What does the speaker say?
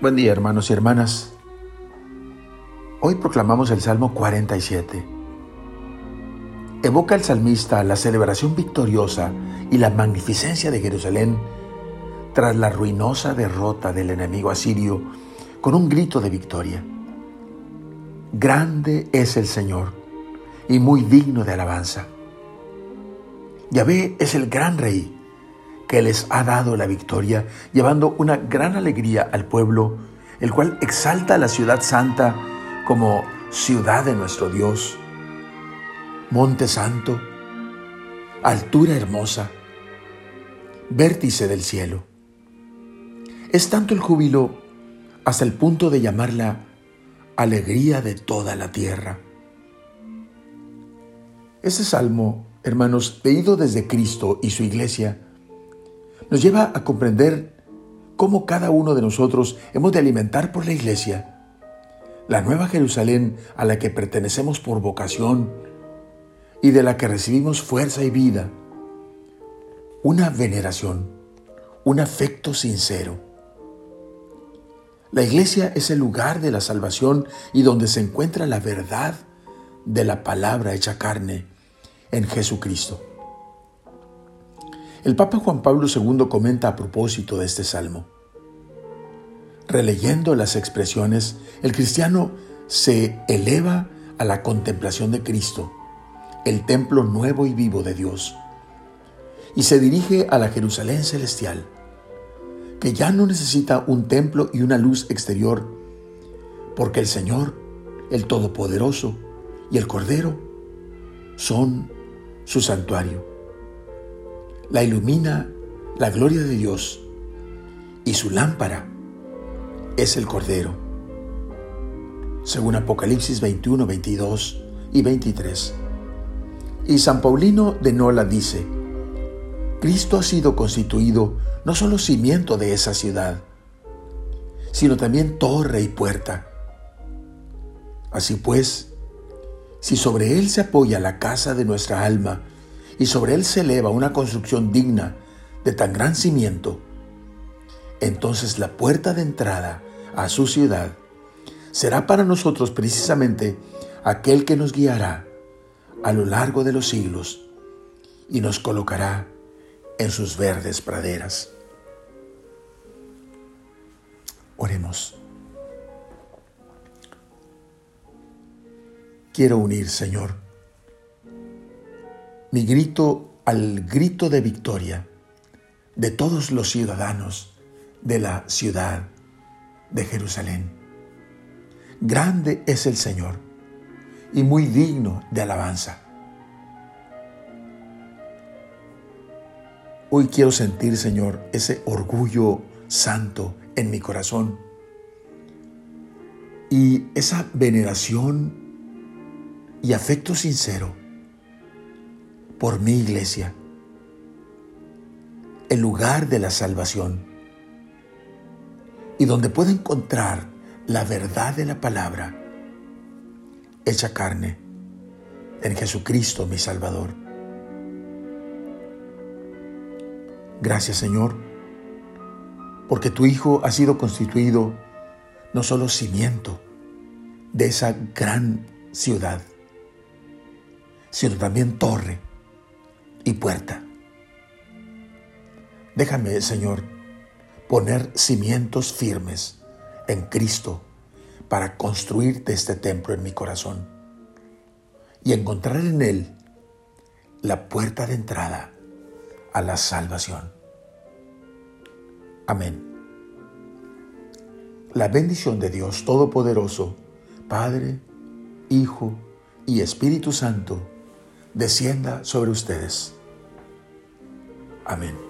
Buen día, hermanos y hermanas. Hoy proclamamos el Salmo 47. Evoca el salmista la celebración victoriosa y la magnificencia de Jerusalén tras la ruinosa derrota del enemigo asirio con un grito de victoria. Grande es el Señor y muy digno de alabanza. Yahvé es el gran Rey que les ha dado la victoria, llevando una gran alegría al pueblo, el cual exalta a la ciudad santa como ciudad de nuestro Dios, monte santo, altura hermosa, vértice del cielo. Es tanto el júbilo hasta el punto de llamarla alegría de toda la tierra. Este salmo, hermanos, leído desde Cristo y su iglesia, nos lleva a comprender cómo cada uno de nosotros hemos de alimentar por la iglesia, la nueva Jerusalén a la que pertenecemos por vocación y de la que recibimos fuerza y vida, una veneración, un afecto sincero. La iglesia es el lugar de la salvación y donde se encuentra la verdad de la palabra hecha carne en Jesucristo. El Papa Juan Pablo II comenta a propósito de este salmo. Releyendo las expresiones, el cristiano se eleva a la contemplación de Cristo, el templo nuevo y vivo de Dios, y se dirige a la Jerusalén celestial, que ya no necesita un templo y una luz exterior, porque el Señor, el Todopoderoso y el Cordero son su santuario. La ilumina la gloria de Dios y su lámpara es el Cordero. Según Apocalipsis 21, 22 y 23. Y San Paulino de Nola dice: Cristo ha sido constituido no solo cimiento de esa ciudad, sino también torre y puerta. Así pues, si sobre él se apoya la casa de nuestra alma y sobre él se eleva una construcción digna de tan gran cimiento, entonces la puerta de entrada a su ciudad será para nosotros precisamente aquel que nos guiará a lo largo de los siglos y nos colocará en sus verdes praderas. Oremos. Quiero unir, Señor, mi grito al grito de victoria de todos los ciudadanos de la ciudad de Jerusalén. Grande es el Señor y muy digno de alabanza. Hoy quiero sentir, Señor, ese orgullo santo en mi corazón y esa veneración y afecto sincero por mi iglesia, el lugar de la salvación y donde puedo encontrar la verdad de la palabra hecha carne en Jesucristo mi Salvador. Gracias, Señor, porque tu Hijo ha sido constituido no solo cimiento de esa gran ciudad, sino también torre y puerta. Déjame, Señor, poner cimientos firmes en Cristo para construirte este templo en mi corazón y encontrar en él la puerta de entrada a la salvación. Amén. La bendición de Dios Todopoderoso, Padre, Hijo y Espíritu Santo, descienda sobre ustedes. Amén.